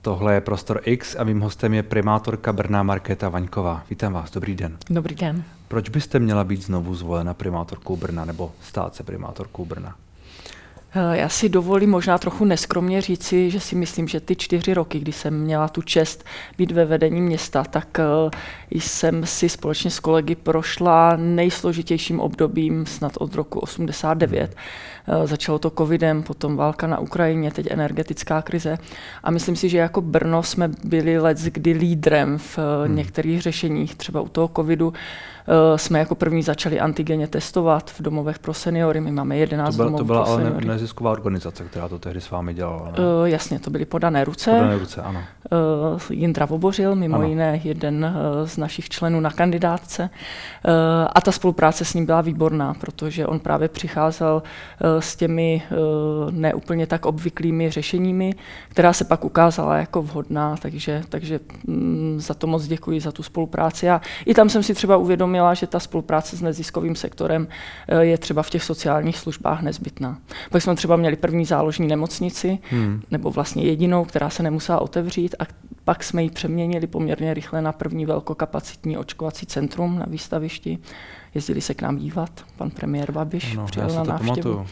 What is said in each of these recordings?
Tohle je Prostor X a mým hostem je primátorka Brna Markéta Vaňková. Vítám vás, dobrý den. Dobrý den. Proč byste měla být znovu zvolena primátorkou Brna nebo stát se primátorkou Brna? Já si dovolím možná trochu neskromně říci, že si myslím, že ty 4 roky, kdy jsem měla tu čest být ve vedení města, tak jsem si společně s kolegy prošla nejsložitějším obdobím snad od roku 89. Začalo to covidem, potom válka na Ukrajině, teď energetická krize. A myslím si, že jako Brno jsme byli leckdy lídrem v některých řešeních. Třeba u toho covidu jsme jako první začali antigenně testovat v domovech pro seniory. My máme 11 domovů to byla pro seniory. ale nezisková organizace, která to tehdy s vámi dělala. Jasně, to byly Podané ruce. Podané ruce, ano. Jindra Vobořil, mimo jiné jeden z našich členů na kandidátce. A ta spolupráce s ním byla výborná, protože on právě přicházel s těmi neúplně tak obvyklými řešeními, která se pak ukázala jako vhodná, takže za to moc děkuji, za tu spolupráci. A i tam jsem si třeba uvědomila, že ta spolupráce s neziskovým sektorem je třeba v těch sociálních službách nezbytná. Pak jsme třeba měli první záložní nemocnici, nebo vlastně jedinou, která se nemusela otevřít, a pak jsme ji přeměnili poměrně rychle na první velkokapacitní očkovací centrum na Výstavišti. Jezdili se k nám dívat, pan premiér Babiš přijel na návštěvu.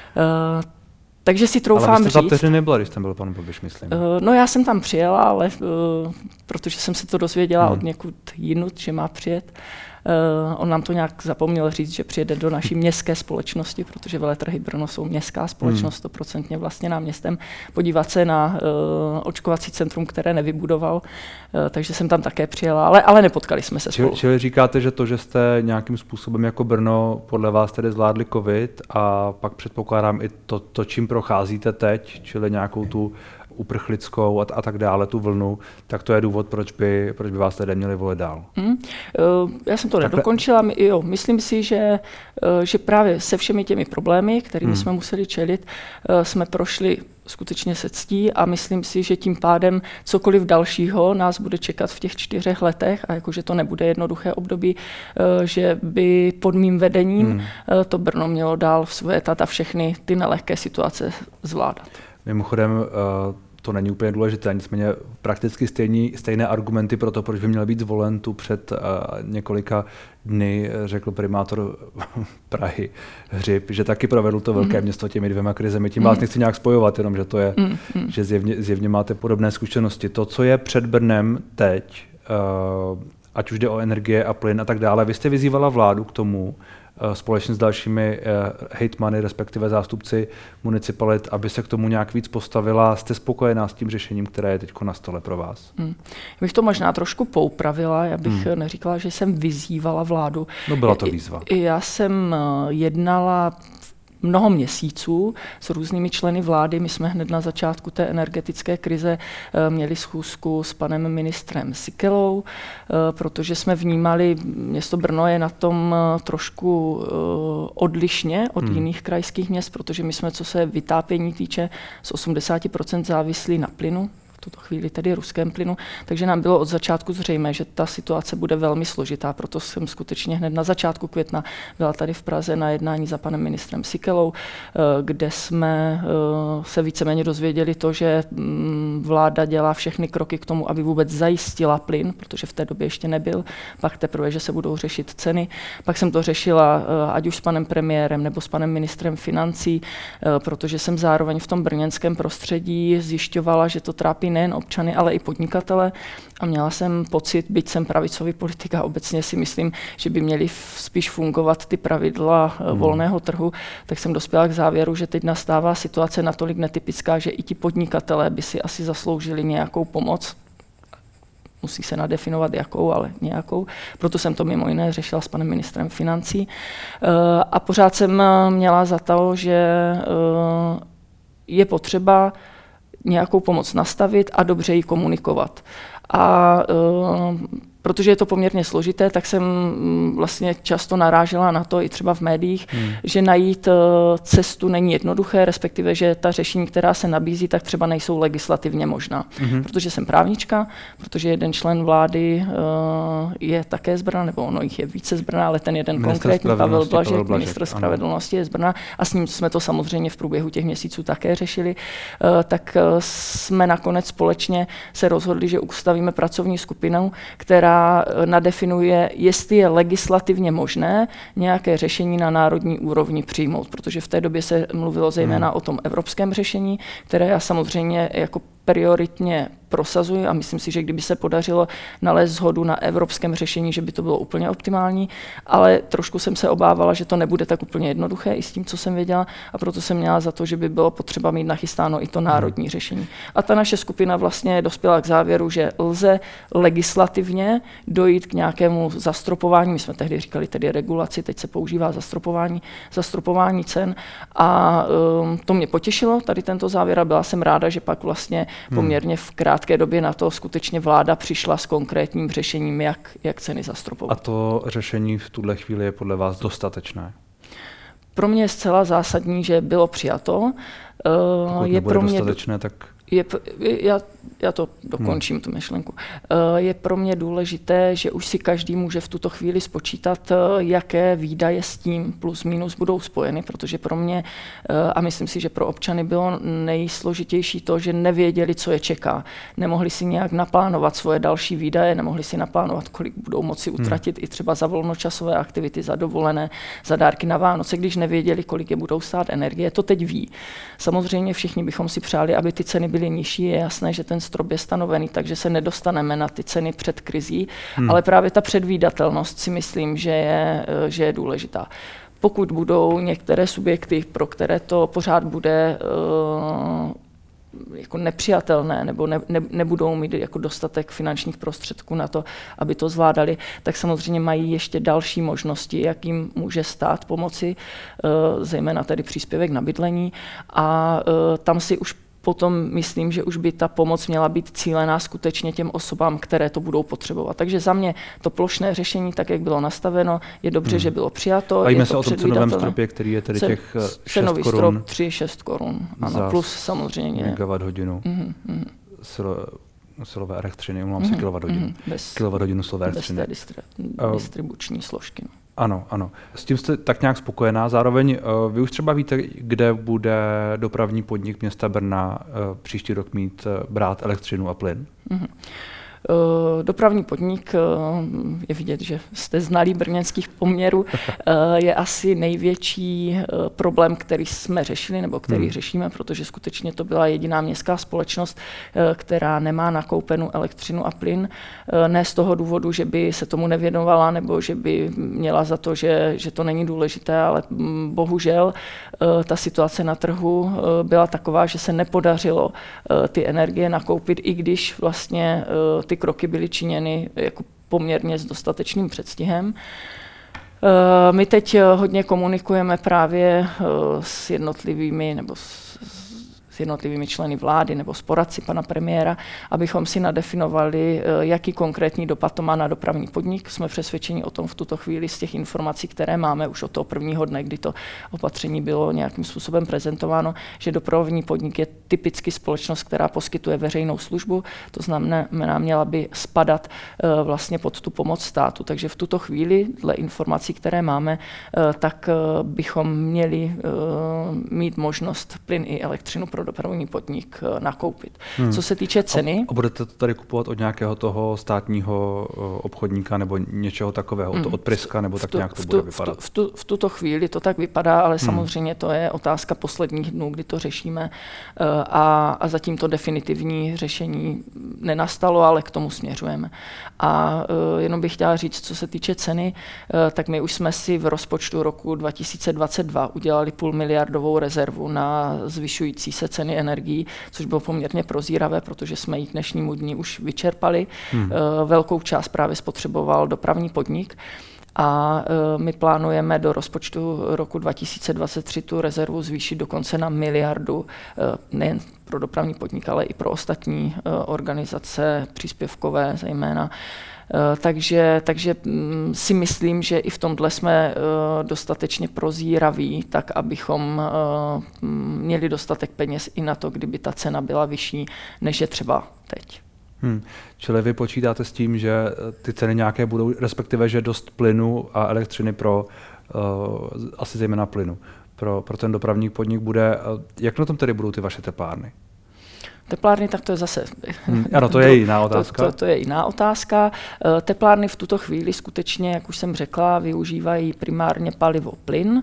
Takže si troufám říct... Ale vy jste tam tehdy nebyla, když tam byl pan Babiš, myslím. No já jsem tam přijela, ale protože jsem se to dozvěděla od někud jinut, že má přijet. On nám to nějak zapomněl říct, že přijede do naší městské společnosti, protože Veletrhy Brno jsou městská společnost, 100% vlastněná městem, podívat se na očkovací centrum, které nevybudoval, takže jsem tam také přijela, ale nepotkali jsme se spolu. Čili říkáte, že to, že jste nějakým způsobem jako Brno podle vás tedy zvládli covid a pak předpokládám i to čím procházíte teď, čili nějakou tu uprchlickou a tak dále, tu vlnu, tak to je důvod, proč by vás tedy měli volit dál. Já jsem to nedokončila. Myslím si, že právě se všemi těmi problémy, kterými jsme museli čelit, jsme prošli skutečně se ctí a myslím si, že tím pádem cokoliv dalšího nás bude čekat v těch 4 letech a jakože to nebude jednoduché období, že by pod mým vedením to Brno mělo dál vzkvétat a všechny ty nelehké situace zvládat. Mimochodem, to není úplně důležité, nicméně prakticky stejné argumenty pro to, proč by měl být zvolen tu před několika dny, řekl primátor Prahy Hřib, že taky provedl to velké město těmi 2 krizemi. Tím vás nechci nějak spojovat, jenom že to je, že zjevně máte podobné zkušenosti. To, co je před Brnem teď, ať už jde o energie a plyn a tak dále, vy jste vyzývala vládu k tomu, společně s dalšími hejtmany, respektive zástupci municipalit, aby se k tomu nějak víc postavila. Jste spokojená s tím řešením, které je teď na stole pro vás? Já bych to možná trošku poupravila, já bych neříkala, že jsem vyzývala vládu. No byla to výzva. Já jsem jednala mnoho měsíců s různými členy vlády. My jsme hned na začátku té energetické krize měli schůzku s panem ministrem Sikelou, protože jsme vnímali, město Brno je na tom trošku odlišně od jiných krajských měst, protože my jsme, co se vytápění týče, z 80% závislí na plynu, v tuto chvíli tedy ruském plynu, takže nám bylo od začátku zřejmé, že ta situace bude velmi složitá, proto jsem skutečně hned na začátku května byla tady v Praze na jednání za panem ministrem Sikelou, kde jsme se víceméně dozvěděli to, že vláda dělá všechny kroky k tomu, aby vůbec zajistila plyn, protože v té době ještě nebyl, pak teprve, že se budou řešit ceny. Pak jsem to řešila ať už s panem premiérem nebo s panem ministrem financí, protože jsem zároveň v tom brněnském prostředí zjišťovala, že to trápí nejen občany, ale i podnikatele. A měla jsem pocit, byť jsem pravicový politik a obecně si myslím, že by měly spíš fungovat ty pravidla volného trhu, tak jsem dospěla k závěru, že teď nastává situace natolik netypická, že i ti podnikatelé by si asi zasloužili nějakou pomoc. Musí se nadefinovat jakou, ale nějakou. Proto jsem to mimo jiné řešila s panem ministrem financí. A pořád jsem měla za to, že je potřeba nějakou pomoc nastavit a dobře ji komunikovat. A protože je to poměrně složité, tak jsem vlastně často narážela na to i třeba v médiích, že najít cestu není jednoduché, respektive, že ta řešení, která se nabízí, tak třeba nejsou legislativně možná. Protože jsem právnička, protože jeden člen vlády je také z Brna, nebo ono jich je více z Brna, ale ten jeden konkrétní, Pavel Blažek, ministr spravedlnosti je z Brna, a s ním jsme to samozřejmě v průběhu těch měsíců také řešili, tak jsme nakonec společně se rozhodli, že ustavíme pracovní skupinu, která nadefinuje, jestli je legislativně možné nějaké řešení na národní úrovni přijmout, protože v té době se mluvilo zejména o tom evropském řešení, které já samozřejmě jako prioritně prosazuji a myslím si, že kdyby se podařilo nalézt shodu na evropském řešení, že by to bylo úplně optimální, ale trošku jsem se obávala, že to nebude tak úplně jednoduché i s tím, co jsem věděla, a proto jsem měla za to, že by bylo potřeba mít nachystáno i to národní řešení. A ta naše skupina vlastně dospěla k závěru, že lze legislativně dojít k nějakému zastropování, my jsme tehdy říkali tedy regulaci, teď se používá zastropování cen, a to mě potěšilo, tady tento závěr, a byla jsem ráda, že pak vlastně poměrně v krátké době na to skutečně vláda přišla s konkrétním řešením, jak ceny zastropovat. A to řešení v tuhle chvíli je podle vás dostatečné? Pro mě je zcela zásadní, že bylo přijato. Pokud je pro mě dostatečné, tak... Já to dokončím, tu myšlenku. Je pro mě důležité, že už si každý může v tuto chvíli spočítat, jaké výdaje s tím plus minus budou spojeny, protože pro mě, a myslím si, že pro občany bylo nejsložitější to, že nevěděli, co je čeká. Nemohli si nějak naplánovat svoje další výdaje, nemohli si naplánovat, kolik budou moci utratit i třeba za volnočasové aktivity, za dovolené, za dárky na Vánoce, když nevěděli, kolik je budou stát energie. To teď ví. Samozřejmě všichni bychom si přáli, aby ty ceny byly nižší. Je jasné, že ten strop je stanovený, takže se nedostaneme na ty ceny před krizí, ale právě ta předvídatelnost si myslím, že je důležitá. Pokud budou některé subjekty, pro které to pořád bude jako nepřijatelné, nebo nebudou mít jako dostatek finančních prostředků na to, aby to zvládali, tak samozřejmě mají ještě další možnosti, jak jim může stát pomoci, zejména tedy příspěvek na bydlení, a tam si už potom myslím, že už by ta pomoc měla být cílená skutečně těm osobám, které to budou potřebovat. Takže za mě to plošné řešení, tak jak bylo nastaveno, je dobře, že bylo přijato. Bavíme se o tom cenovém stropě, který je tedy těch 6 korun. Strop 3-6 korun. Ano, plus samozřejmě. Megawatt hodinu silové elektřiny, umlám se kilowatt hodinu. Kilowatt hodinu silové elektřiny. Bez té distribuční složky. Ano, ano. S tím jste tak nějak spokojená. Zároveň vy už třeba víte, kde bude dopravní podnik města Brna příští rok brát elektřinu a plyn? Dopravní podnik, je vidět, že jste znalí brněnských poměrů, je asi největší problém, který jsme řešili, nebo který řešíme, protože skutečně to byla jediná městská společnost, která nemá nakoupenou elektřinu a plyn. Ne z toho důvodu, že by se tomu nevěnovala, nebo že by měla za to, že to není důležité, ale bohužel ta situace na trhu byla taková, že se nepodařilo ty energie nakoupit, i když vlastně ty kroky byly činěny jako poměrně s dostatečným předstihem. My teď hodně komunikujeme právě s jednotlivými členy vlády nebo s poradci pana premiéra, abychom si nadefinovali, jaký konkrétní dopad to má na dopravní podnik. Jsme přesvědčeni o tom v tuto chvíli z těch informací, které máme už od toho prvního dne, kdy to opatření bylo nějakým způsobem prezentováno, že dopravní podnik je typicky společnost, která poskytuje veřejnou službu, to znamená, měla by spadat vlastně pod tu pomoc státu. Takže v tuto chvíli, dle informací, které máme, tak bychom měli mít možnost plyn i elektřinu pro dopravní podnik nakoupit. Co se týče ceny... A budete to tady kupovat od nějakého toho státního obchodníka nebo něčeho takového, od Priska, nebo tak nějak to bude vypadat? V tuto chvíli to tak vypadá, ale samozřejmě to je otázka posledních dnů, kdy to řešíme, a zatím to definitivní řešení nenastalo, ale k tomu směřujeme. A jenom bych chtěla říct, co se týče ceny, tak my už jsme si v rozpočtu roku 2022 udělali 500 miliardovou rezervu na zvyšující se ceny energií, což bylo poměrně prozíravé, protože jsme ji k dnešnímu dni už vyčerpali. Velkou část právě spotřeboval dopravní podnik. a my plánujeme do rozpočtu roku 2023 tu rezervu zvýšit dokonce na 1 miliardu, nejen pro dopravní podnik, ale i pro ostatní organizace příspěvkové zejména. Takže si myslím, že i v tomhle jsme dostatečně prozíraví, tak abychom měli dostatek peněz i na to, kdyby ta cena byla vyšší, než je třeba teď. Čili vy počítáte s tím, že ty ceny nějaké budou, respektive, že dost plynu a elektřiny pro, asi zejména plynu, pro ten dopravní podnik bude. Jak na tom tedy budou ty vaše teplárny? Teplárny, tak to je zase... Ano, to je jiná otázka. To je jiná otázka. Teplárny v tuto chvíli skutečně, jak už jsem řekla, využívají primárně palivo plyn.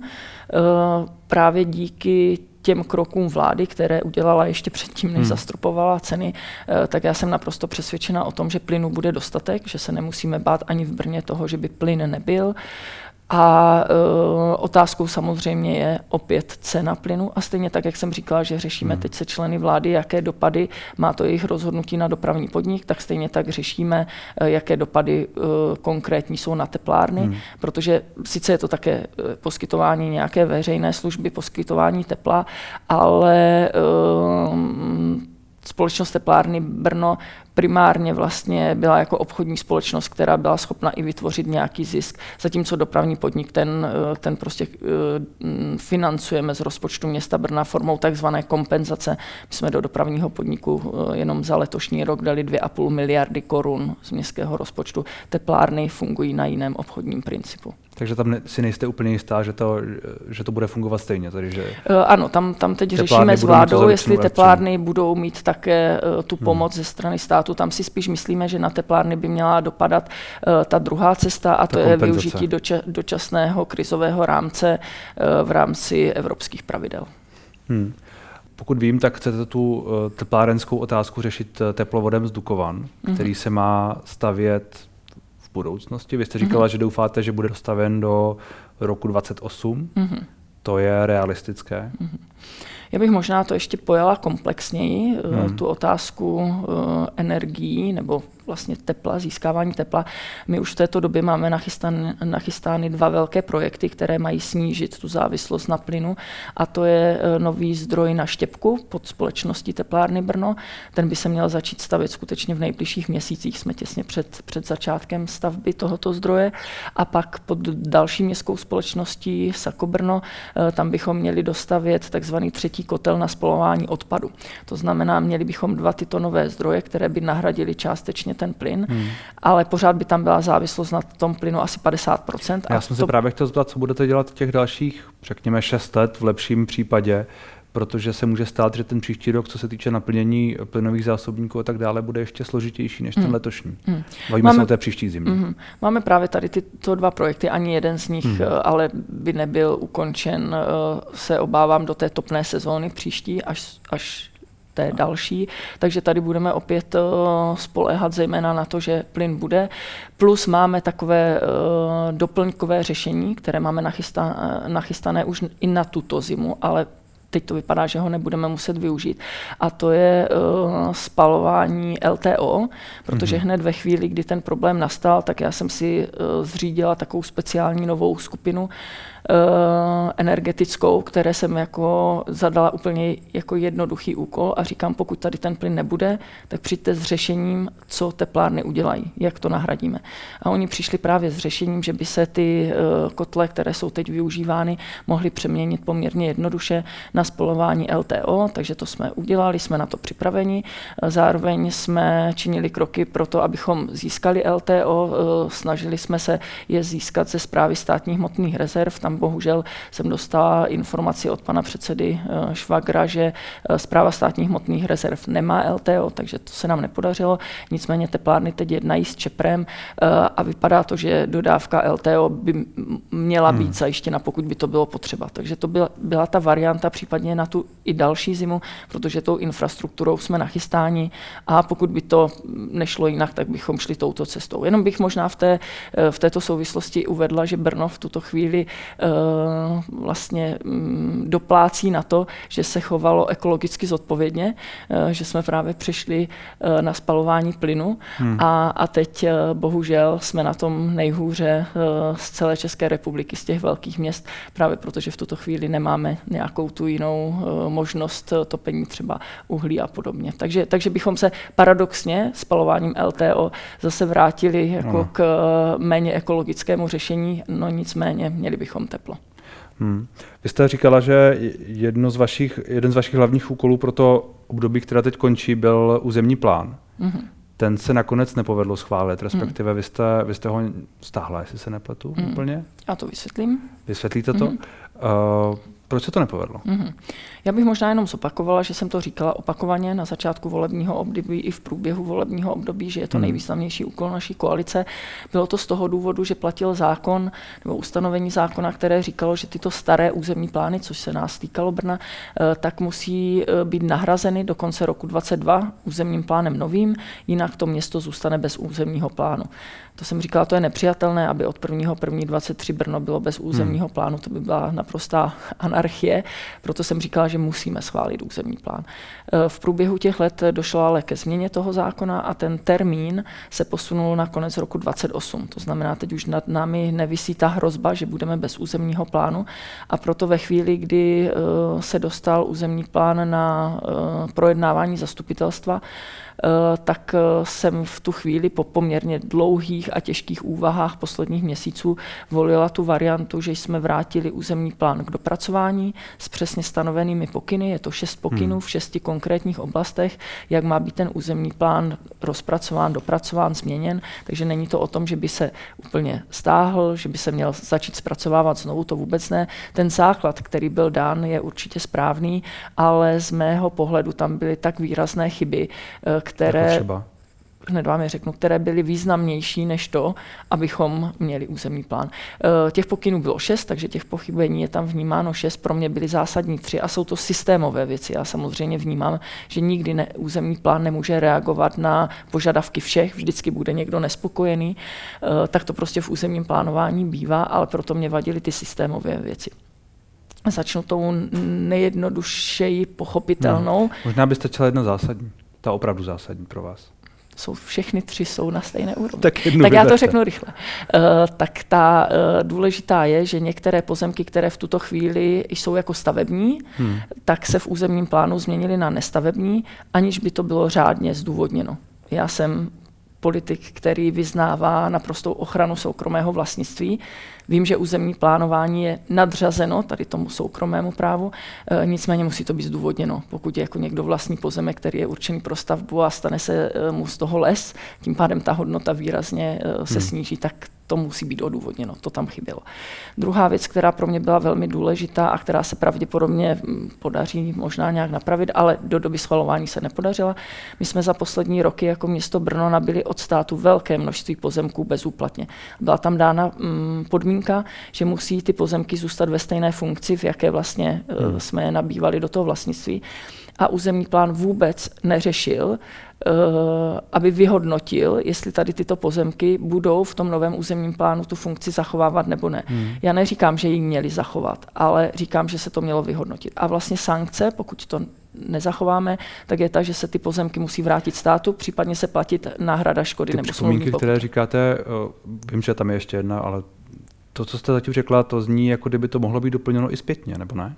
Právě díky těm krokům vlády, které udělala ještě předtím, než zastropovala ceny, tak já jsem naprosto přesvědčena o tom, že plynu bude dostatek, že se nemusíme bát ani v Brně toho, že by plyn nebyl. A otázkou samozřejmě je opět cena plynu a stejně tak, jak jsem říkala, že řešíme teď se členy vlády, jaké dopady má to jejich rozhodnutí na dopravní podnik, tak stejně tak řešíme, jaké dopady konkrétní jsou na teplárny, protože sice je to také poskytování nějaké veřejné služby, poskytování tepla, ale společnost teplárny Brno primárně vlastně byla jako obchodní společnost, která byla schopna i vytvořit nějaký zisk, zatímco dopravní podnik ten prostě financujeme z rozpočtu města Brna formou takzvané kompenzace. My jsme do dopravního podniku jenom za letošní rok dali 2,5 miliardy korun z městského rozpočtu. Teplárny fungují na jiném obchodním principu. Takže tam si nejste úplně jistá, že to bude fungovat stejně? Tedy, že ano, tam teď řešíme s vládou, jestli teplárny budou mít také tu pomoc ze strany státu. Tam si spíš myslíme, že na teplárny by měla dopadat ta druhá cesta a to je využití dočasného krizového rámce v rámci evropských pravidel. Pokud vím, tak chcete tu teplárenskou otázku řešit teplovodem z Dukovan, který se má stavět v budoucnosti. Vy jste říkala, že doufáte, že bude dostaven do roku 2028. To je realistické? Já bych možná to ještě pojala komplexněji, tu otázku energií nebo vlastně tepla, získávání tepla. My už v této době máme nachystány 2 velké projekty, které mají snížit tu závislost na plynu, a to je nový zdroj na Štěpku pod společností Teplárny Brno. Ten by se měl začít stavět skutečně v nejbližších měsících, jsme těsně před začátkem stavby tohoto zdroje, a pak pod další městskou společností Sako Brno, tam bychom měli dostavět takzvaný 3. kotel na spalování odpadu. To znamená, měli bychom 2 tyto nové zdroje, které by nahradily částečně ten plyn, ale pořád by tam byla závislost na tom plynu asi 50%. Já jsem se právě chtěl zeptat, co budete dělat těch dalších, řekněme, 6 let v lepším případě, protože se může stát, že ten příští rok, co se týče naplnění plynových zásobníků a tak dále, bude ještě složitější než ten letošní. Bavíme se o té příští zimě. Máme právě tady tyto 2 projekty, ani jeden z nich ale by nebyl ukončen, se obávám, do té topné sezóny příští, až té další, takže tady budeme opět spoléhat zejména na to, že plyn bude, plus máme takové doplňkové řešení, které máme nachystané už i na tuto zimu, ale teď to vypadá, že ho nebudeme muset využít. A to je spalování LTO, protože hned ve chvíli, kdy ten problém nastal, tak já jsem si zřídila takovou speciální novou skupinu energetickou, které jsem jako zadala úplně jako jednoduchý úkol a říkám, pokud tady ten plyn nebude, tak přijďte s řešením, co teplárny udělají, jak to nahradíme. A oni přišli právě s řešením, že by se ty kotle, které jsou teď využívány, mohly přeměnit poměrně jednoduše na spalování LTO, takže to jsme udělali, jsme na to připraveni. Zároveň jsme činili kroky pro to, abychom získali LTO, snažili jsme se je získat ze Správy státních hmotných rezerv. Tam bohužel jsem dostala informaci od pana předsedy Švagra, že Správa státních hmotných rezerv nemá LTO, takže to se nám nepodařilo. Nicméně teplárny teď jednají s ČEPRem a vypadá to, že dodávka LTO by měla být zajištěna, pokud by to bylo potřeba. Takže to byla ta varianta případně na tu i další zimu, protože tou infrastrukturou jsme nachystáni a pokud by to nešlo jinak, tak bychom šli touto cestou. Jenom bych možná v této souvislosti uvedla, že Brno v tuto chvíli vlastně doplácí na to, že se chovalo ekologicky zodpovědně, že jsme právě přišli na spalování plynu a teď bohužel jsme na tom nejhůře z celé České republiky, z těch velkých měst, právě protože v tuto chvíli nemáme nějakou tu jinou možnost topení třeba uhlí a podobně. Takže bychom se paradoxně spalováním LTO zase vrátili jako k méně ekologickému řešení, no nicméně měli bychom teplo. Vy jste říkala, že jeden z vašich hlavních úkolů pro to období, které teď končí, byl územní plán. Ten se nakonec nepovedlo schválit, respektive vy jste ho stáhla, jestli se nepletu úplně? Já to vysvětlím. Vysvětlíte to? Proč se to nepovedlo? Já bych možná jenom zopakovala, že jsem to říkala opakovaně na začátku volebního období i v průběhu volebního období, že je to nejvýznamnější úkol naší koalice. Bylo to z toho důvodu, že platil zákon nebo ustanovení zákona, které říkalo, že tyto staré územní plány, což se nás týkalo Brna, tak musí být nahrazeny do konce roku 2022 územním plánem novým, jinak to město zůstane bez územního plánu. To jsem říkala, to je nepřijatelné, aby od 1.1.23 Brno bylo bez územního plánu, to by byla naprostá anarchie, proto jsem říkala, že musíme schválit územní plán. V průběhu těch let došlo ale ke změně toho zákona a ten termín se posunul na konec roku 2028. To znamená, teď už nad námi nevisí ta hrozba, že budeme bez územního plánu a proto ve chvíli, kdy se dostal územní plán na projednávání zastupitelstva, tak jsem v tu chvíli po poměrně dlouhých a těžkých úvahách posledních měsíců volila tu variantu, že jsme vrátili územní plán k dopracování s přesně stanovenými pokyny. Je to 6 pokynů v 6 konkrétních oblastech, jak má být ten územní plán rozpracován, dopracován, změněn. Takže není to o tom, že by se úplně stáhl, že by se měl začít zpracovávat znovu, to vůbec ne. Ten základ, který byl dán, je určitě správný, ale z mého pohledu tam byly tak výrazné chyby, které, hned vám je řeknu, které byly významnější než to, abychom měli územní plán. Těch pokynů bylo 6, takže těch pochybení je tam vnímáno 6, pro mě byly zásadní 3 a jsou to systémové věci. Já samozřejmě vnímám, že nikdy územní plán nemůže reagovat na požadavky všech, vždycky bude někdo nespokojený, tak to prostě v územním plánování bývá, ale proto mě vadily ty systémové věci. Začnu tou nejjednodušeji pochopitelnou. Možná by stačila jedna zásadní. Ta opravdu zásadní pro vás. Všechny 3 jsou na stejné úrovni. Tak já to řeknu rychle. Tak ta důležitá je, že některé pozemky, které v tuto chvíli jsou jako stavební, tak se v územním plánu změnily na nestavební, aniž by to bylo řádně zdůvodněno. Já jsem politik, který vyznává naprostou ochranu soukromého vlastnictví. Vím, že územní plánování je nadřazeno tady tomu soukromému právu, nicméně musí to být zdůvodněno. Pokud je jako někdo vlastní pozemek, který je určený pro stavbu a stane se mu z toho les, tím pádem ta hodnota výrazně se sníží, tak to musí být odůvodněno. To tam chybělo. Druhá věc, která pro mě byla velmi důležitá a která se pravděpodobně podaří možná nějak napravit, ale do doby schvalování se nepodařila. My jsme za poslední roky jako město Brno nabili od státu velké množství pozemků bezúplatně. Byla tam dána podmínka, že musí ty pozemky zůstat ve stejné funkci, v jaké vlastně jsme je nabývali do toho vlastnictví. A územní plán vůbec neřešil, aby vyhodnotil, jestli tady tyto pozemky budou v tom novém územním plánu tu funkci zachovávat nebo ne. Já neříkám, že ji měli zachovat, ale říkám, že se to mělo vyhodnotit. A vlastně sankce, pokud to nezachováme, tak je ta, že se ty pozemky musí vrátit státu, případně se platit náhrada škody nebo smluvní pokuty. Které říkáte, vím, že tam je ještě jedna, ale to, co jste zatím řekla, to zní, jako kdyby to mohlo být doplněno i zpětně, nebo ne?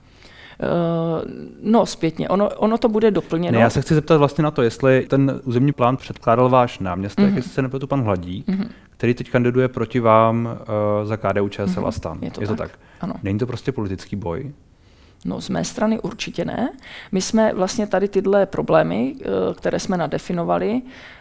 No, zpětně. Ono to bude doplněno. Ne, já se chci zeptat vlastně na to, jestli ten územní plán předkládal váš náměstek, jestli se nepletu pan Hladík, který teď kandiduje proti vám za KDU-ČSL a STAN. Je to tak? Ano. Není to prostě politický boj? No, z mé strany určitě ne. My jsme vlastně tady tyhle problémy, které jsme nadefinovali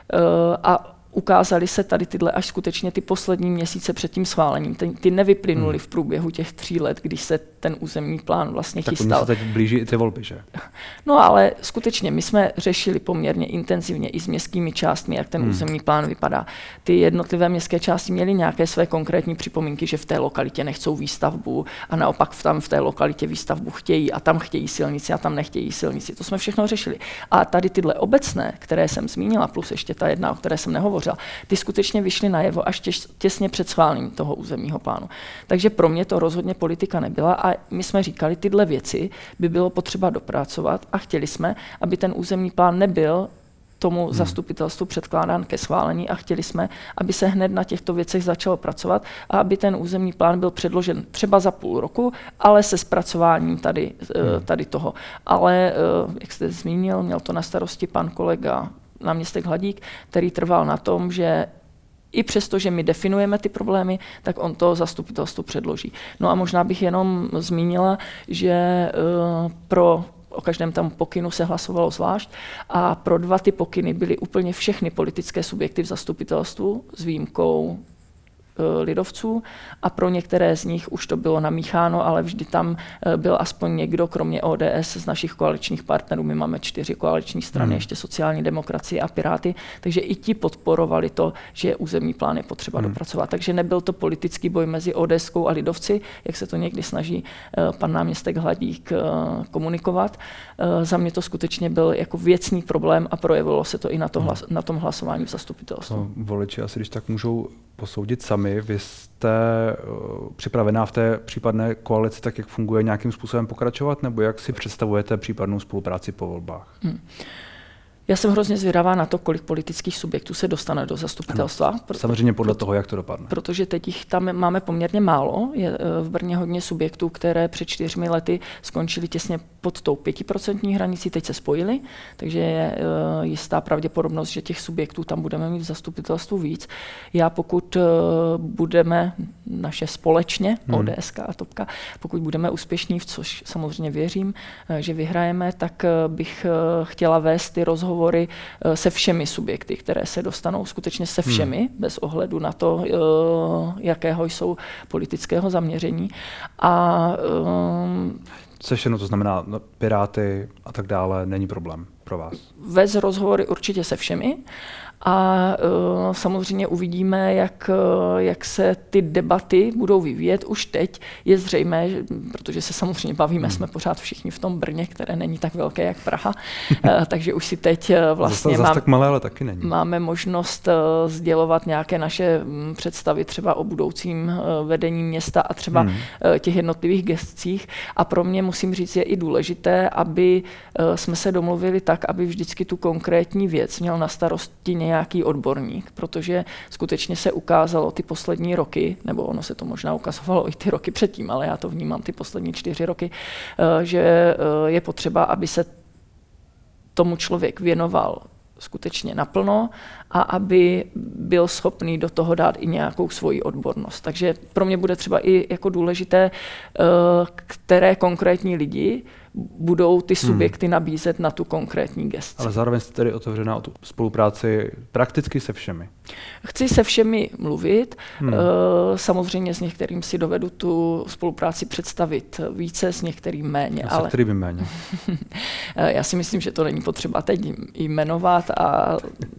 a ukázaly se tady tyhle až skutečně ty poslední měsíce před tím schválením. Ty nevyplynuly v průběhu těch 3 let, když se ten územní plán vlastně chystal. Tak oni se teď blíží i ty volby, že? No ale skutečně my jsme řešili poměrně intenzivně i s městskými částmi, jak ten územní plán vypadá. Ty jednotlivé městské části měly nějaké své konkrétní připomínky, že v té lokalitě nechcou výstavbu a naopak tam v té lokalitě výstavbu chtějí a tam chtějí silnici a tam nechtějí silnici. To jsme všechno řešili. A tady tyhle obecné, které jsem zmínila, plus ještě ta jedna, o které jsem nehovořila, hovořila. Ty skutečně vyšly najevo až těsně před schválením toho územního plánu. Takže pro mě to rozhodně politika nebyla a my jsme říkali, tyhle věci by bylo potřeba dopracovat a chtěli jsme, aby ten územní plán nebyl tomu zastupitelstvu předkládán ke schválení a chtěli jsme, aby se hned na těchto věcech začalo pracovat a aby ten územní plán byl předložen třeba za půl roku, ale se zpracováním tady toho. Ale, jak jste zmínil, měl to na starosti pan kolega náměstek Hladík, který trval na tom, že i přesto, že my definujeme ty problémy, tak on to zastupitelstvu předloží. No a možná bych jenom zmínila, že o každém tam pokynu se hlasovalo zvlášť a pro 2 ty pokyny byly úplně všechny politické subjekty v zastupitelstvu s výjimkou lidovců a pro některé z nich už to bylo namícháno, ale vždy tam byl aspoň někdo, kromě ODS z našich koaličních partnerů. My máme 4 koaliční strany, ještě sociální demokracie a Piráty, takže i ti podporovali to, že územní plán je potřeba dopracovat. Takže nebyl to politický boj mezi ODSkou a lidovci, jak se to někdy snaží pan náměstek Hladík komunikovat. Za mě to skutečně byl jako věcný problém a projevilo se to i na tom hlasování v zastupitelstvu. No, voliči asi, když tak můžou posoudit sami. Vy jste připravená v té případné koalici, tak jak funguje, nějakým způsobem pokračovat, nebo jak si představujete případnou spolupráci po volbách? Já jsem hrozně zvědavá na to, kolik politických subjektů se dostane do zastupitelstva. Samozřejmě podle toho, jak to dopadne. Protože teď jich tam máme poměrně málo. Je v Brně hodně subjektů, které před 4 lety skončily těsně pod tou 5% hranicí, teď se spojili, takže je jistá pravděpodobnost, že těch subjektů tam budeme mít v zastupitelstvu víc. Já pokud budeme naše společně, ODS a Topka, pokud budeme úspěšní, v což samozřejmě věřím, že vyhrajeme, tak bych chtěla vést ty rozhovory se všemi subjekty, které se dostanou, skutečně se všemi, bez ohledu na to, jakého jsou politického zaměření. A se všechno, to znamená Piráty a tak dále, není problém pro vás? Vést rozhovory určitě se všemi a samozřejmě uvidíme, jak se ty debaty budou vyvíjet. Už teď je zřejmé, protože se samozřejmě bavíme, jsme pořád všichni v tom Brně, které není tak velké jak Praha, takže už si teď vlastně tak malé, ale taky není. Máme možnost sdělovat nějaké naše představy třeba o budoucím vedení města a třeba těch jednotlivých gestcích. A pro mě, musím říct, je i důležité, aby jsme se domluvili tak, aby vždycky tu konkrétní věc měl na starosti nějaký odborník, protože skutečně se ukázalo ty poslední roky, nebo ono se to možná ukazovalo i ty roky předtím, ale já to vnímám ty poslední 4 roky, že je potřeba, aby se tomu člověk věnoval skutečně naplno a aby byl schopný do toho dát i nějakou svoji odbornost. Takže pro mě bude třeba i jako důležité, které konkrétní lidi budou ty subjekty nabízet na tu konkrétní gesci. Ale zároveň jste tedy otevřená o tu spolupráci prakticky se všemi. Chci se všemi mluvit. Samozřejmě s některým si dovedu tu spolupráci představit více, s některým méně. A se kterými méně? Já si myslím, že to není potřeba teď jmenovat a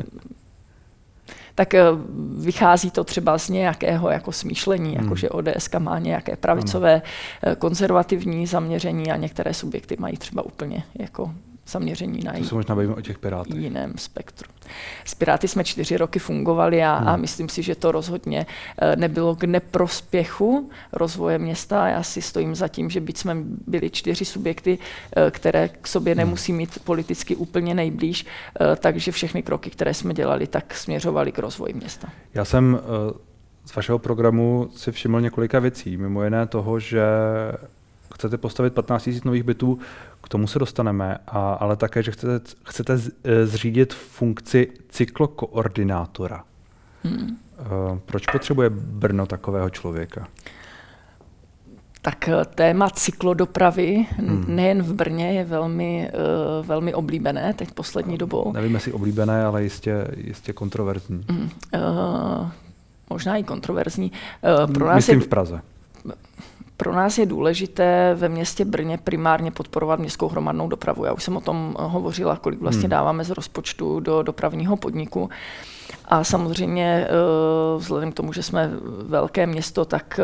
tak vychází to třeba z nějakého jako smýšlení, jako že ODS má nějaké pravicové, konzervativní zaměření a některé subjekty mají třeba úplně jako zaměření na to se možná bavíme o těch Pirátech. Jiném spektru. S Piráty jsme 4 roky fungovali a myslím si, že to rozhodně nebylo k neprospěchu rozvoje města. Já si stojím za tím, že byť jsme byli 4 subjekty, které k sobě nemusí mít politicky úplně nejblíž, takže všechny kroky, které jsme dělali, tak směřovaly k rozvoji města. Já jsem z vašeho programu si všiml několika věcí, mimo jiné toho, že chcete postavit 15 000 nových bytů, k tomu se dostaneme, ale také, že chcete zřídit funkci cyklokoordinátora. Proč potřebuje Brno takového člověka? Tak téma cyklodopravy nejen v Brně je velmi oblíbené teď poslední dobou. Nevím, jestli oblíbené, ale jistě kontroverzní. Možná i kontroverzní. Myslím v Praze. Pro nás je důležité ve městě Brně primárně podporovat městskou hromadnou dopravu. Já už jsem o tom hovořila, kolik vlastně dáváme z rozpočtu do dopravního podniku. A samozřejmě vzhledem k tomu, že jsme velké město, tak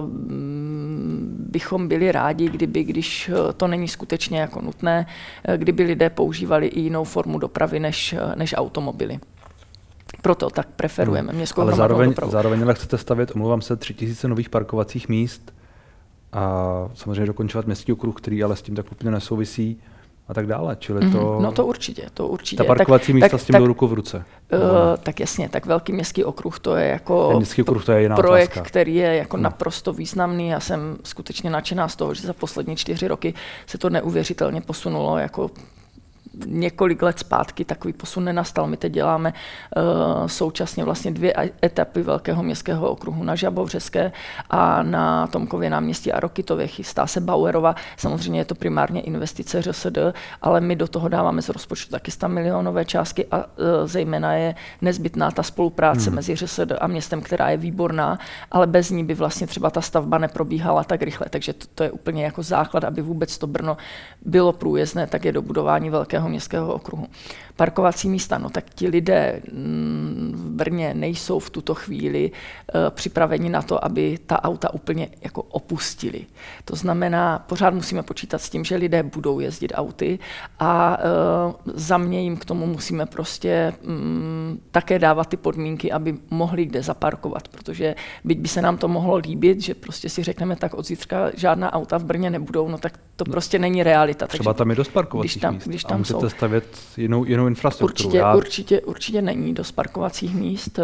bychom byli rádi, když to není skutečně jako nutné, kdyby lidé používali i jinou formu dopravy než automobily. Proto tak preferujeme městskou ale hromadnou dopravu. Zároveň ale chcete stavět, omlouvám se, 3000 nových parkovacích míst a samozřejmě dokončovat městský okruh, který ale s tím tak úplně nesouvisí a tak dále. Čili to... No to určitě. Ta parkovací místa s tím jdou ruku v ruce. Tak jasně, tak velký městský okruh to je jako městský okruh, to je jiná projekt, otázka. který je jako naprosto významný. Já jsem skutečně nadšená z toho, že za poslední 4 roky se to neuvěřitelně posunulo jako několik let zpátky takový posun nenastal. My teď děláme současně vlastně 2 etapy velkého městského okruhu na Žabovřeské a na Tomkově náměstí a Rokytově. Chystá se Bauerova. Samozřejmě je to primárně investice ŘSD, ale my do toho dáváme z rozpočtu taky 100 milionové částky a zejména je nezbytná ta spolupráce mezi ŘSD a městem, která je výborná, ale bez ní by vlastně třeba ta stavba neprobíhala tak rychle. Takže to je úplně jako základ, aby vůbec to Brno bylo průjezdné, tak je dobudování velkého městského okruhu. Parkovací místa, no tak ti lidé v Brně nejsou v tuto chvíli připraveni na to, aby ta auta úplně jako opustili. To znamená, pořád musíme počítat s tím, že lidé budou jezdit auty a za mě jim k tomu musíme prostě také dávat ty podmínky, aby mohli kde zaparkovat, protože byť by se nám to mohlo líbit, že prostě si řekneme, tak od zítřka žádná auta v Brně nebudou, no tak to prostě není realita. Třeba takže tam je dost parkovacích míst když tam a musíte jsou. stavět jinou infrastrukturu. Určitě není dost parkovacích míst,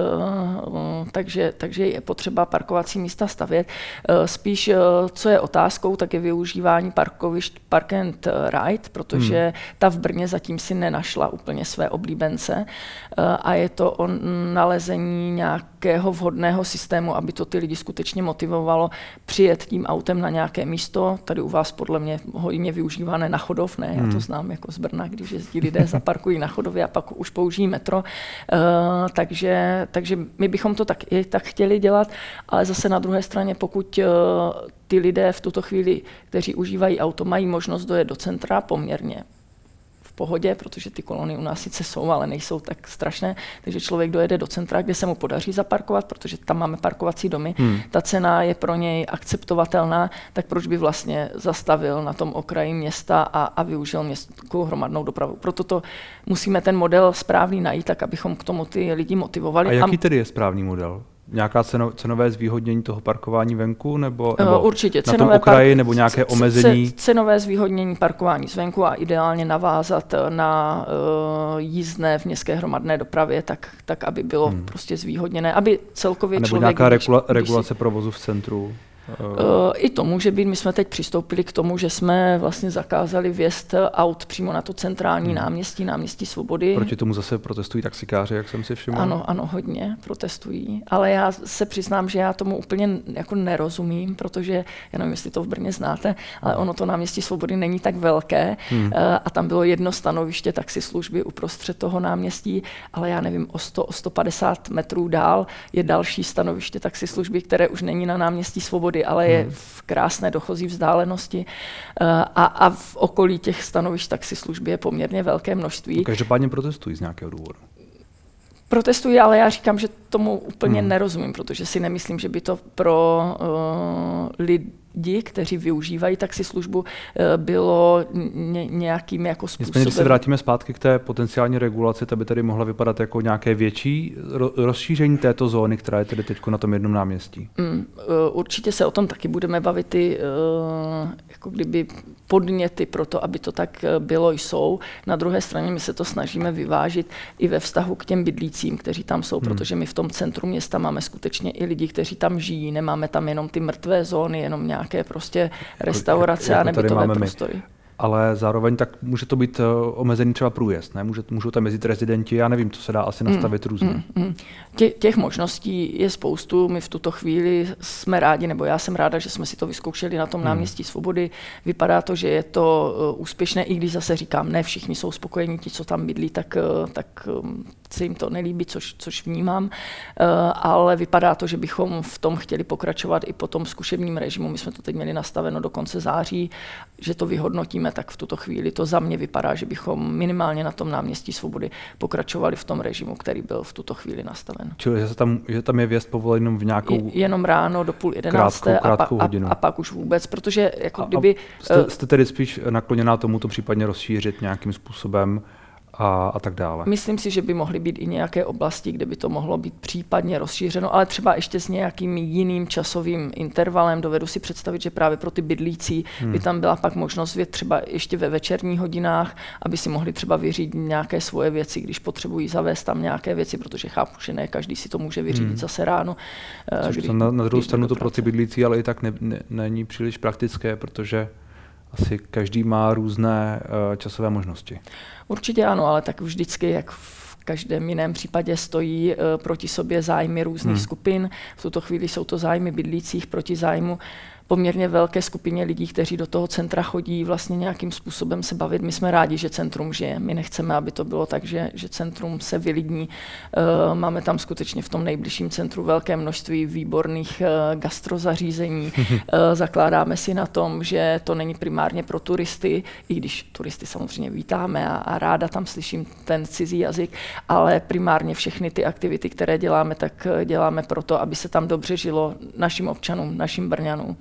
takže je potřeba parkovací místa stavět. Spíš, co je otázkou, tak je využívání parkovišť Park and Ride, protože ta v Brně zatím si nenašla úplně své oblíbence a je to o nalezení nějakého vhodného systému, aby to ty lidi skutečně motivovalo přijet tím autem na nějaké místo. Tady u vás podle mě hodně využívané na Chodov, ne? Já to znám jako z Brna, když jezdí lidé, zaparkují na Chodově a pak už použijí metro. Takže my bychom to tak chtěli dělat, ale zase na druhé straně, pokud ty lidé v tuto chvíli, kteří užívají auto, mají možnost dojet do centra poměrně v pohodě, protože ty kolony u nás sice jsou, ale nejsou tak strašné, takže člověk dojede do centra, kde se mu podaří zaparkovat, protože tam máme parkovací domy, ta cena je pro něj akceptovatelná, tak proč by vlastně zastavil na tom okraji města a využil městskou hromadnou dopravu. Proto to musíme ten model správný najít, tak abychom k tomu ty lidi motivovali. A jaký tedy je správný model? Nějaká cenové zvýhodnění toho parkování venku nebo určitě, na tom okraji nebo nějaké omezení? Cenové zvýhodnění parkování zvenku a ideálně navázat na jízdné v městské hromadné dopravě, tak aby bylo prostě zvýhodněné, aby celkově nebo člověk... nějaká regulace provozu v centru? I to může být. My jsme teď přistoupili k tomu, že jsme vlastně zakázali vjezd aut přímo na to centrální náměstí Svobody. Proti tomu zase protestují taxikáři, jak jsem si všiml. Ano, hodně protestují, ale já se přiznám, že já tomu úplně jako nerozumím, protože, já nevím, jestli to v Brně znáte, ale ono to náměstí Svobody není tak velké a tam bylo jedno stanoviště taxislužby uprostřed toho náměstí, ale já nevím, o 150 metrů dál je další stanoviště taxislužby, které už není na náměstí Svobody, ale je v krásné dochozí vzdálenosti a v okolí těch stanovišť taxislužby je poměrně velké množství. To každopádně protestují z nějakého důvodu. Protestují, ale já říkám, že tomu úplně nerozumím, protože si nemyslím, že by to pro lidi, kteří využívají taxislužbu, bylo nějakým jako způsobem. Nicméně, když se vrátíme zpátky k té potenciální regulaci, ta by tady mohla vypadat jako nějaké větší rozšíření této zóny, která je tedy teď na tom jednom náměstí. Určitě se o tom taky budeme bavit, jako kdyby podněty pro to, aby to tak bylo, jsou. Na druhé straně my se to snažíme vyvážit i ve vztahu k těm bydlícím, kteří tam jsou, protože my v tom centru města máme skutečně i lidi, kteří tam žijí, nemáme tam jenom ty mrtvé zóny, jenom nějaké prostě restaurace a nebytové prostory. Ale zároveň tak může to být omezený třeba průjezd, ne? Můžou tam jezdit rezidenti, já nevím, to se dá asi nastavit různě. Těch možností je spoustu, my v tuto chvíli jsme rádi, nebo já jsem ráda, že jsme si to vyzkoušeli na tom náměstí Svobody. Vypadá to, že je to úspěšné, i když zase říkám, ne všichni jsou spokojení, ti, co tam bydlí, tak se jim to nelíbí, což vnímám, ale vypadá to, že bychom v tom chtěli pokračovat i po tom zkušebním režimu. My jsme to teď měli nastaveno do konce září, že to vyhodnotíme, tak v tuto chvíli to za mě vypadá, že bychom minimálně na tom náměstí Svobody pokračovali v tom režimu, který byl v tuto chvíli nastaven. Čili že tam je vjezd povolen jenom v nějakou jenom ráno do 10:30 krátkou hodinu. A pak už vůbec, protože jako kdyby... Jste tedy spíš nakloněná tomu to případně rozšířit nějakým způsobem a tak dále. Myslím si, že by mohly být i nějaké oblasti, kde by to mohlo být případně rozšířeno, ale třeba ještě s nějakým jiným časovým intervalem. Dovedu si představit, že právě pro ty bydlící by tam byla pak možnost vědět třeba ještě ve večerních hodinách, aby si mohli třeba vyřídit nějaké svoje věci, když potřebují zavést tam nějaké věci, protože chápu, že ne každý si to může vyřídit zase ráno. Na druhou stranu to pro ty bydlící ale i tak není příliš praktické, protože asi každý má různé časové možnosti. Určitě ano, ale tak vždycky, jak v každém jiném případě, stojí proti sobě zájmy různých skupin. V tuto chvíli jsou to zájmy bydlících proti zájmu poměrně velké skupině lidí, kteří do toho centra chodí vlastně nějakým způsobem se bavit. My jsme rádi, že centrum žije. My nechceme, aby to bylo tak, že centrum se vylidní. Máme tam skutečně v tom nejbližším centru velké množství výborných gastrozařízení. Zakládáme si na tom, že to není primárně pro turisty, i když turisty samozřejmě vítáme a ráda tam slyším ten cizí jazyk, ale primárně všechny ty aktivity, které děláme, tak děláme proto, aby se tam dobře žilo našim občanům, našim Brňanům.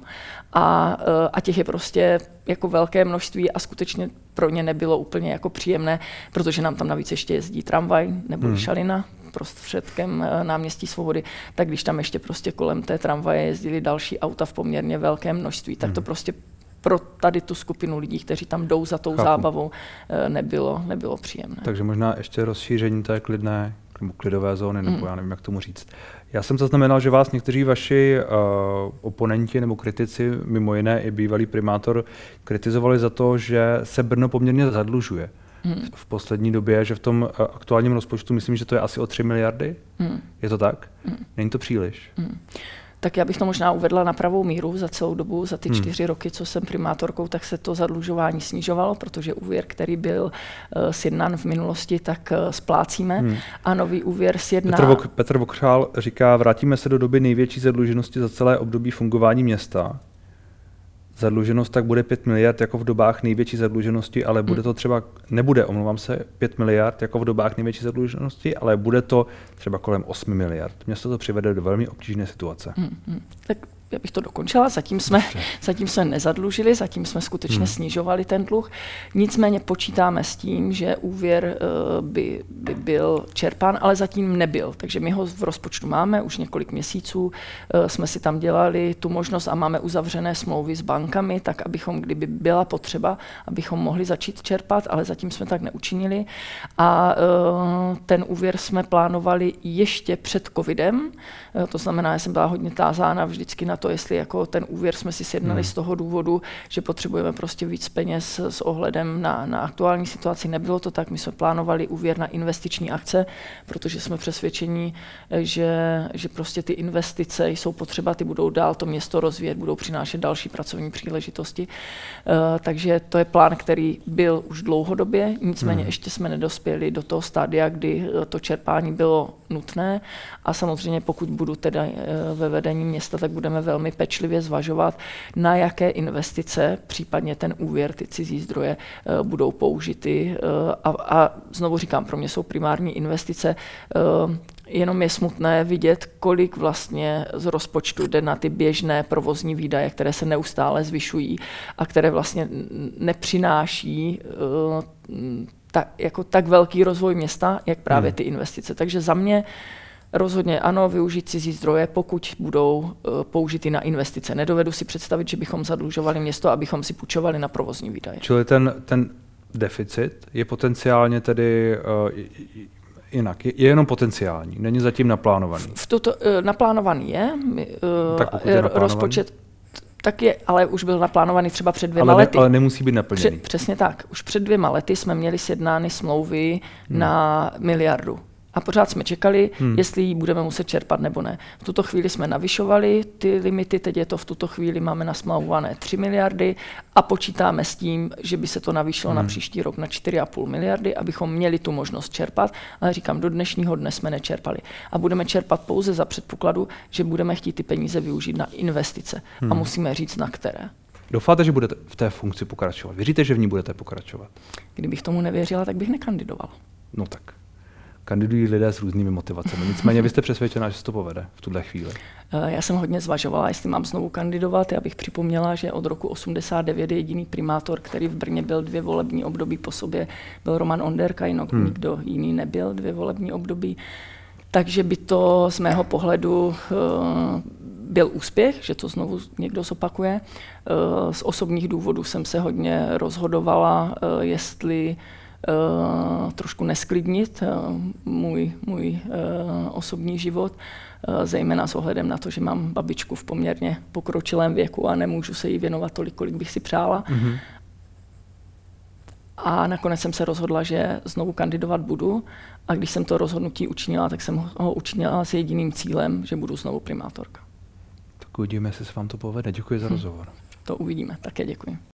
A těch je prostě jako velké množství a skutečně pro ně nebylo úplně jako příjemné, protože nám tam navíc ještě jezdí tramvaj nebo šalina prostředkem náměstí Svobody, tak když tam ještě prostě kolem té tramvaje jezdili další auta v poměrně velkém množství, tak to prostě pro tady tu skupinu lidí, kteří tam jdou za tou zábavou, nebylo příjemné. Takže možná ještě rozšíření té klidové zóny, nebo já nevím, jak tomu říct. Já jsem zaznamenal, že vás někteří vaši oponenti nebo kritici, mimo jiné i bývalý primátor, kritizovali za to, že se Brno poměrně zadlužuje. V poslední době, že v tom aktuálním rozpočtu, myslím, že to je asi o 3 miliardy. Je to tak? Není to příliš? Tak já bych to možná uvedla na pravou míru za celou dobu, za ty 4 roky, co jsem primátorkou, tak se to zadlužování snižovalo, protože úvěr, který byl sjednán v minulosti, tak splácíme a nový úvěr sjedná... Petr Vokřál říká, vrátíme se do doby největší zadluženosti za celé období fungování města. Zadluženost tak bude 5 miliard jako v dobách největší zadluženosti, ale bude to třeba, nebude, omlouvám se, 5 miliard jako v dobách největší zadluženosti, ale bude to třeba kolem 8 miliard. Město to přivede do velmi obtížné situace. Tak já bych to dokončila, zatím jsme nezadlužili, zatím jsme skutečně snižovali ten dluh. Nicméně počítáme s tím, že úvěr by byl čerpán, ale zatím nebyl. Takže my ho v rozpočtu máme už několik měsíců, jsme si tam dělali tu možnost a máme uzavřené smlouvy s bankami, tak abychom, kdyby byla potřeba, abychom mohli začít čerpat, ale zatím jsme tak neučinili. A ten úvěr jsme plánovali ještě před covidem, to znamená, že jsem byla hodně tázána vždycky na to, jestli jako ten úvěr jsme si sjednali z toho důvodu, že potřebujeme prostě víc peněz s ohledem na aktuální situaci. Nebylo to tak, my jsme plánovali úvěr na investiční akce, protože jsme přesvědčeni, že prostě ty investice jsou potřeba, ty budou dál to město rozvíjet, budou přinášet další pracovní příležitosti. Takže to je plán, který byl už dlouhodobě, nicméně ještě jsme nedospěli do toho stádia, kdy to čerpání bylo nutné a samozřejmě pokud budu teda ve vedení města, tak budeme velmi pečlivě zvažovat, na jaké investice, případně ten úvěr, ty cizí zdroje budou použity. A znovu říkám, pro mě jsou primární investice. Jenom je smutné vidět, kolik vlastně z rozpočtu jde na ty běžné provozní výdaje, které se neustále zvyšují a které vlastně nepřináší tak velký rozvoj města, jak právě ty investice. Takže za mě rozhodně ano, využít cizí zdroje, pokud budou použity na investice. Nedovedu si představit, že bychom zadlužovali město, abychom si půjčovali na provozní výdaje. Čili ten deficit je potenciálně tedy jinak. Je jenom potenciální, není zatím naplánovaný. Naplánovaný je. Tak pokud je naplánovaný. Rozpočet tak je, ale už byl naplánovaný třeba před 2 lety. Ale nemusí být naplněný. Přesně tak. Už před 2 lety jsme měli sjednány smlouvy na 1 miliardu. A pořád jsme čekali, jestli ji budeme muset čerpat nebo ne. V tuto chvíli jsme navyšovali ty limity, teď je to v tuto chvíli máme nasmlouvované 3 miliardy a počítáme s tím, že by se to navýšilo na příští rok na 4,5 miliardy, abychom měli tu možnost čerpat, ale říkám, do dnešního dne jsme nečerpali. A budeme čerpat pouze za předpokladu, že budeme chtít ty peníze využít na investice. A musíme říct, na které. Doufáte, že budete v té funkci pokračovat? Věříte, že v ní budete pokračovat? Kdybych tomu nevěřila, tak bych nekandidovala. No tak. kandidují lidé s různými motivacemi. Nicméně vy jste přesvědčená, že se to povede v tuhle chvíli. Já jsem hodně zvažovala, jestli mám znovu kandidovat. Já bych připomněla, že od roku 1989 je jediný primátor, který v Brně byl 2 volební období po sobě, byl Roman Onderka, nikdo jiný nebyl 2 volební období. Takže by to z mého pohledu byl úspěch, že to znovu někdo zopakuje. Z osobních důvodů jsem se hodně rozhodovala, jestli trošku nesklidnit můj osobní život, zejména s ohledem na to, že mám babičku v poměrně pokročilém věku a nemůžu se jí věnovat tolik, kolik bych si přála. Mm-hmm. A nakonec jsem se rozhodla, že znovu kandidovat budu, a když jsem to rozhodnutí učinila, tak jsem ho učinila s jediným cílem, že budu znovu primátorka. Tak uvidíme, jestli se vám to povede. Děkuji za rozhovor. To uvidíme, také děkuji.